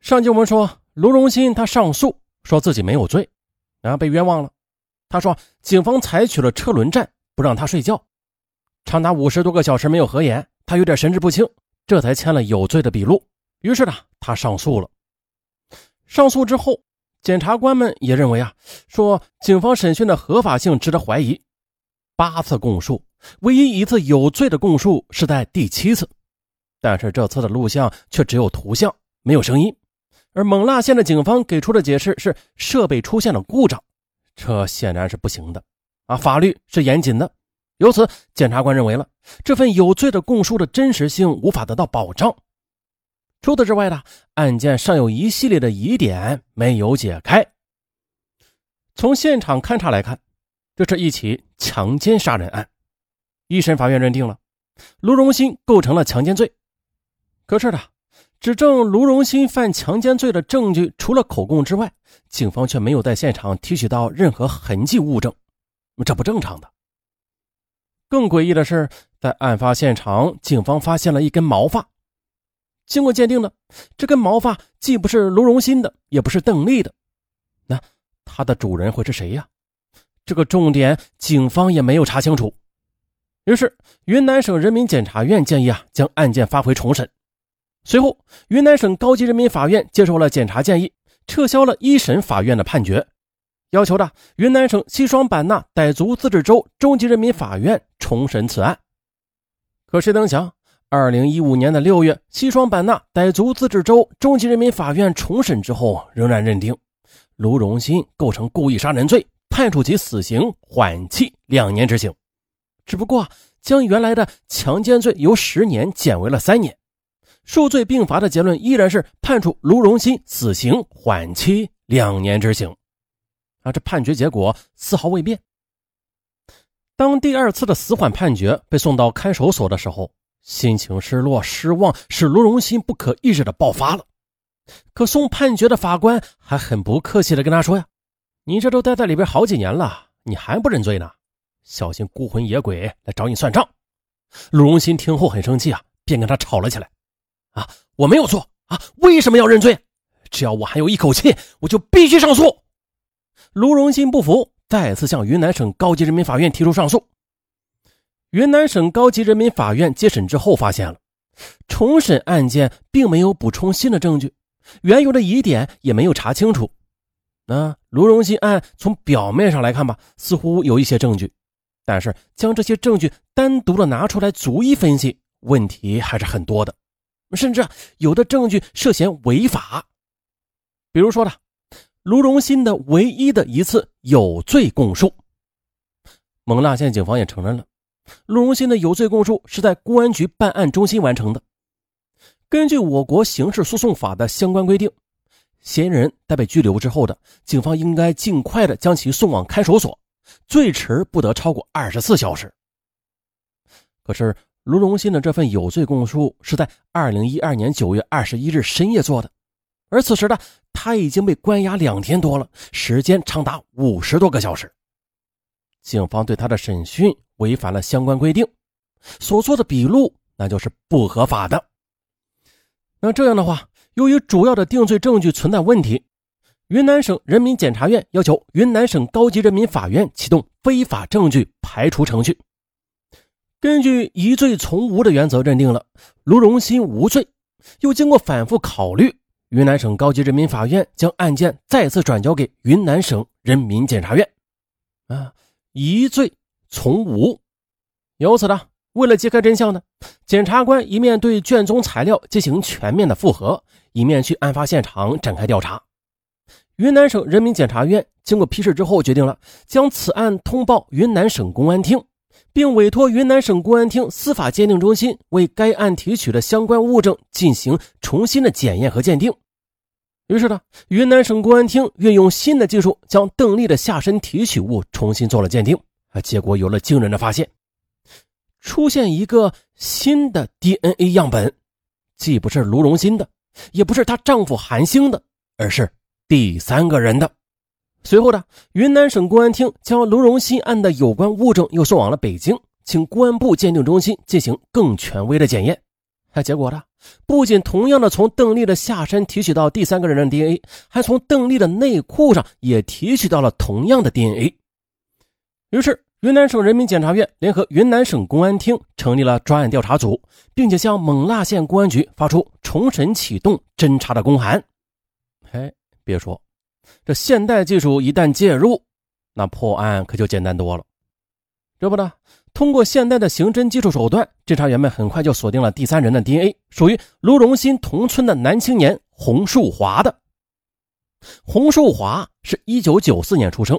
上集我们说卢荣新他上诉说自己没有罪，被冤枉了。他说警方采取了车轮战，不让他睡觉，长达50多个小时没有合眼，他有点神志不清，这才签了有罪的笔录。于是他上诉了。上诉之后，检察官们也认为说警方审讯的合法性值得怀疑。8次供述，唯一一次有罪的供述是在第7次，但是这次的录像却只有图像，没有声音。而勐腊县的警方给出的解释是设备出现了故障，这显然是不行的法律是严谨的。由此检察官认为了这份有罪的供述的真实性无法得到保障。除此之外案件尚有一系列的疑点没有解开。从现场勘查来看，这是一起强奸杀人案。一审法院认定了卢荣新构成了强奸罪。可是指证卢荣新犯强奸罪的证据除了口供之外，警方却没有在现场提取到任何痕迹物证，这不正常的。更诡异的是，在案发现场，警方发现了一根毛发。经过鉴定呢，这根毛发既不是卢荣新的，也不是邓丽的。那它的主人会是谁呀？这个重点警方也没有查清楚。于是云南省人民检察院建议将案件发回重审。随后云南省高级人民法院接受了检察建议，撤销了一审法院的判决，要求云南省西双版纳傣族自治州中级人民法院重审此案。可谁能想2015年的6月，西双版纳傣族自治州中级人民法院重审之后，仍然认定卢荣新构成故意杀人罪，判处其死刑缓期2年执行。只不过将原来的强奸罪由10年减为了3年，数罪并罚的结论依然是判处卢荣新死刑缓期2年执行。这判决结果丝毫未变。当第2次的死缓判决被送到看守所的时候，心情失落失望使卢荣新不可抑制的爆发了。可送判决的法官还很不客气的跟他说你这都待在里边好几年了，你还不认罪呢，小心孤魂野鬼来找你算账。卢荣新听后很生气便跟他吵了起来我没有错为什么要认罪？只要我还有一口气，我就必须上诉。卢荣新不服，再次向云南省高级人民法院提出上诉。云南省高级人民法院接审之后发现了重审案件并没有补充新的证据，原有的疑点也没有查清楚。卢荣新案从表面上来看似乎有一些证据，但是将这些证据单独的拿出来逐一分析，问题还是很多的，甚至有的证据涉嫌违法。比如说卢荣新的唯一的一次有罪供述。勐腊县警方也承认了卢荣新的有罪供述是在公安局办案中心完成的。根据我国刑事诉讼法的相关规定，嫌疑人在被拘留之后警方应该尽快的将其送往看守所，最迟不得超过24小时。可是卢荣新的这份有罪供述是在2012年9月21日深夜做的，而此时他已经被关押2天多了，时间长达50多个小时。警方对他的审讯违反了相关规定，所做的笔录那就是不合法的。那这样的话，由于主要的定罪证据存在问题，云南省人民检察院要求云南省高级人民法院启动非法证据排除程序。根据疑罪从无的原则认定了卢荣新无罪，又经过反复考虑，云南省高级人民法院将案件再次转交给云南省人民检察院。疑罪从无。由此为了揭开真相检察官一面对卷宗材料进行全面的复核，一面去案发现场展开调查。云南省人民检察院经过批示之后，决定了将此案通报云南省公安厅，并委托云南省公安厅司法鉴定中心为该案提取的相关物证进行重新的检验和鉴定。于是云南省公安厅运用新的技术，将邓丽的下身提取物重新做了鉴定，结果有了惊人的发现，出现一个新的 DNA 样本，既不是卢荣新的，也不是她丈夫韩星的，而是第3个人的。随后云南省公安厅将卢荣新案的有关物证又送往了北京，请公安部鉴定中心进行更权威的检验。 结果不仅同样的从邓丽的下身提取到第三个人的 DNA， 还从邓丽的内裤上也提取到了同样的 DNA。 于是云南省人民检察院联合云南省公安厅成立了专案调查组，并且向勐腊县公安局发出重审启动侦查的公函。别说，这现代技术一旦介入，那破案可就简单多了。这不通过现代的刑侦技术手段，侦查员们很快就锁定了第三人的 DNA， 属于卢荣新同村的男青年洪树华的。洪树华是1994年出生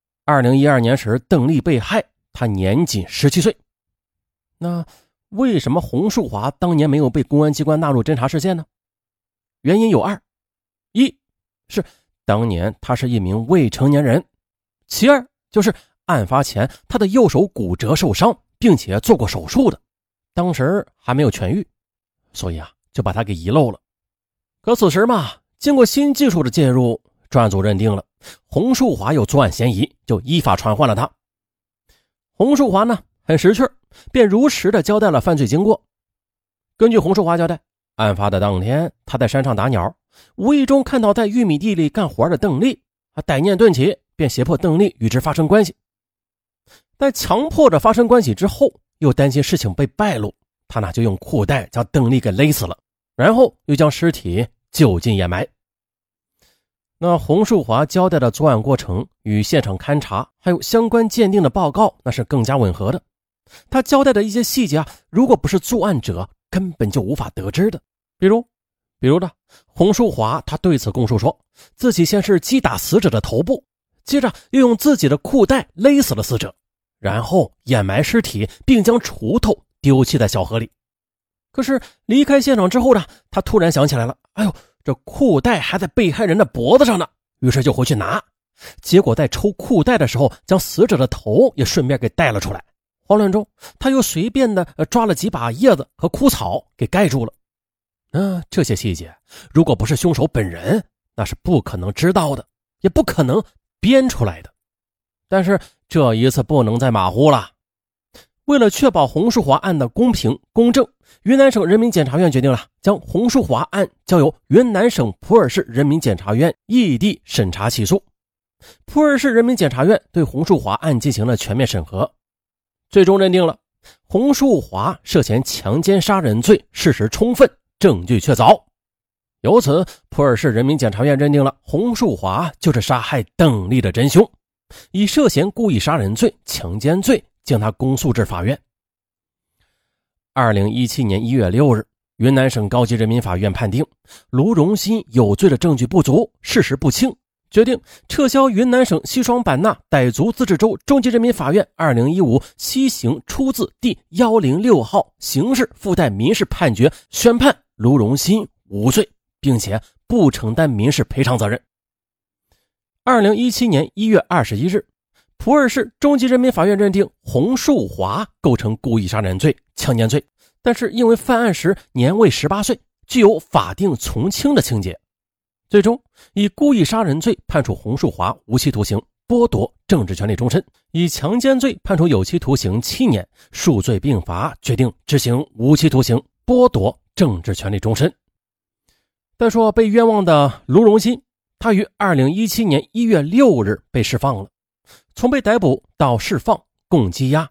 ，2012年时邓丽被害，他年仅17岁。那为什么洪树华当年没有被公安机关纳入侦查事件呢？原因有二：一是当年他是一名未成年人，其二就是案发前他的右手骨折受伤，并且做过手术的，当时还没有痊愈，所以就把他给遗漏了。可此时经过新技术的介入，专案组认定了洪树华有作案嫌疑，就依法传唤了他。洪树华很识趣，便如实的交代了犯罪经过。根据洪树华交代，案发的当天他在山上打鸟，无意中看到在玉米地里干活的邓丽，歹念顿起，便胁迫邓丽与之发生关系。在强迫着发生关系之后，又担心事情被败露，他就用裤带将邓丽给勒死了，然后又将尸体就近掩埋。那洪树华交代的作案过程与现场勘查还有相关鉴定的报告那是更加吻合的。他交代的一些细节如果不是作案者根本就无法得知的。比如洪树华他对此供述说，自己先是击打死者的头部，接着又用自己的裤带勒死了死者，然后掩埋尸体，并将锄头丢弃在小河里。可是离开现场之后他突然想起来了，这裤带还在被害人的脖子上呢，于是就回去拿，结果在抽裤带的时候将死者的头也顺便给带了出来。慌乱中他又随便的抓了几把叶子和枯草给盖住了。这些细节如果不是凶手本人，那是不可能知道的，也不可能编出来的。但是这一次不能再马虎了。为了确保洪树华案的公平公正，云南省人民检察院决定了将洪树华案交由云南省普洱市人民检察院异地审查起诉。普洱市人民检察院对洪树华案进行了全面审核，最终认定了洪树华涉嫌强奸杀人罪事实充分，证据确凿。由此普洱市人民检察院认定了洪树华就是杀害邓丽的真凶，以涉嫌故意杀人罪、强奸罪将他公诉至法院。2017年1月6日，云南省高级人民法院判定卢荣新有罪的证据不足，事实不清，决定撤销云南省西双版纳傣族自治州中级人民法院2015西刑出自第106号刑事附带民事判决，宣判卢荣新无罪，并且不承担民事赔偿责任。2017年1月21日，普洱市中级人民法院认定洪树华构成故意杀人罪、强奸罪，但是因为犯案时年未18岁，具有法定从轻的情节，最终以故意杀人罪判处洪树华无期徒刑，剥夺政治权利终身；以强奸罪判处有期徒刑7年，数罪并罚，决定执行无期徒刑，剥夺政治权利终身。再说被冤枉的卢荣新，他于2017年1月6日被释放了，从被逮捕到释放共羁押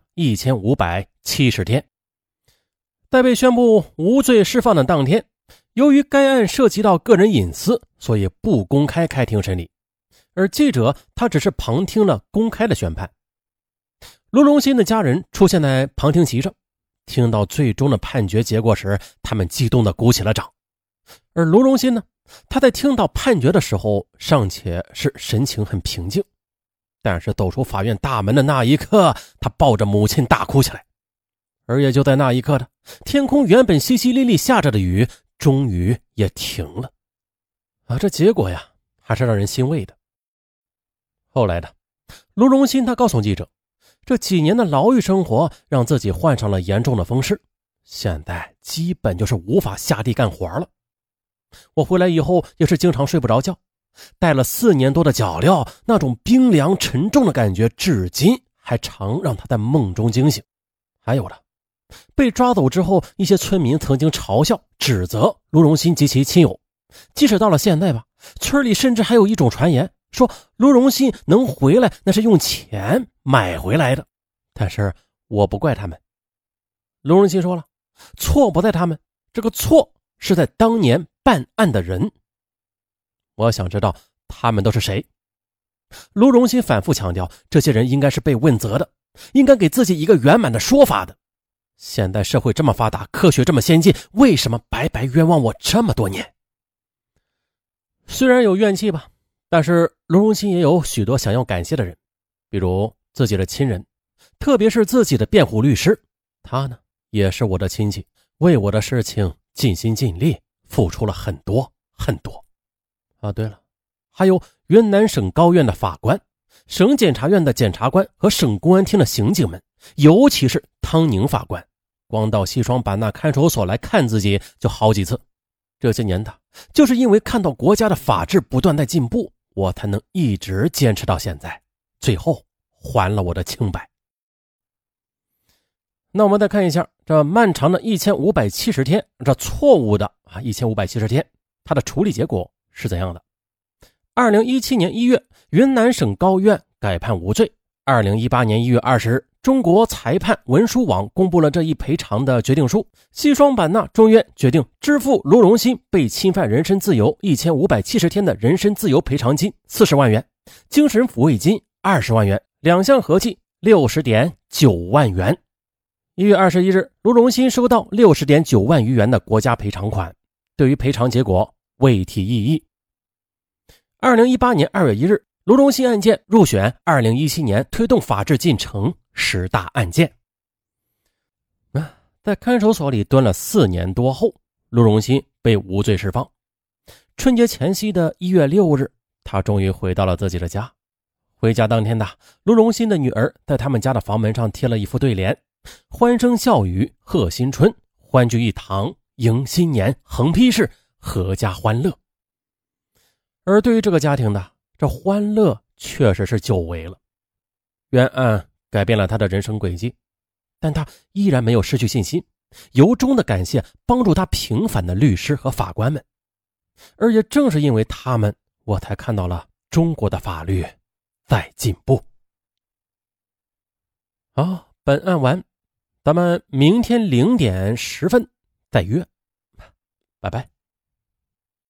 1570天。在被宣布无罪释放的当天，由于该案涉及到个人隐私，所以不公开开庭审理，而记者他只是旁听了公开的宣判。卢荣新的家人出现在旁听席上，听到最终的判决结果时，他们激动地鼓起了掌。而卢荣新呢，他在听到判决的时候尚且是神情很平静，但是走出法院大门的那一刻，他抱着母亲大哭起来。而也就在那一刻的天空，原本淅淅沥沥下着的雨终于也停了。这结果呀还是让人欣慰的。后来的卢荣新他告诉记者，这几年的牢狱生活让自己患上了严重的风湿，现在基本就是无法下地干活了。我回来以后也是经常睡不着觉，带了4年多的脚镣，那种冰凉沉重的感觉至今还常让他在梦中惊醒。还有的被抓走之后，一些村民曾经嘲笑、指责卢荣新及其亲友。即使到了现在吧，村里甚至还有一种传言，说卢荣新能回来那是用钱买回来的。但是我不怪他们。卢荣新说了，错不在他们，这个错是在当年办案的人。我想知道他们都是谁。卢荣新反复强调，这些人应该是被问责的，应该给自己一个圆满的说法的。现代社会这么发达，科学这么先进，为什么白白冤枉我这么多年？虽然有怨气吧，但是卢荣新也有许多想要感谢的人，比如自己的亲人，特别是自己的辩护律师。他呢，也是我的亲戚，为我的事情尽心尽力，付出了很多很多。对了，还有云南省高院的法官、省检察院的检察官和省公安厅的刑警们，尤其是汤宁法官，光到西双版纳看守所来看自己就好几次。这些年的，就是因为看到国家的法治不断在进步，我才能一直坚持到现在，最后还了我的清白。那我们再看一下这漫长的1570天，这错误的1570天，它的处理结果是怎样的。2017年1月，云南省高院改判无罪。2018年1月20日，中国裁判文书网公布了这一赔偿的决定书。西双版纳中院决定支付卢荣新被侵犯人身自由1570天的人身自由赔偿金40万元，精神抚慰金20万元，两项合计60.9万元。1月21日，卢荣新收到60.9万余元的国家赔偿款，对于赔偿结果未提异议。2018年2月1日，卢荣新案件入选2017年推动法治进程10大案件。在看守所里蹲了4年多后，卢荣新被无罪释放。春节前夕的1月6日，他终于回到了自己的家。回家当天的卢荣新的女儿在他们家的房门上贴了一副对联：欢声笑语贺新春，欢聚一堂迎新年，横批是阖家欢乐。而对于这个家庭呢，这欢乐确实是久违了。冤案改变了他的人生轨迹，但他依然没有失去信心，由衷的感谢帮助他平反的律师和法官们。而也正是因为他们，我才看到了中国的法律在进步。好，本案完，咱们明天0点10分再约，拜拜。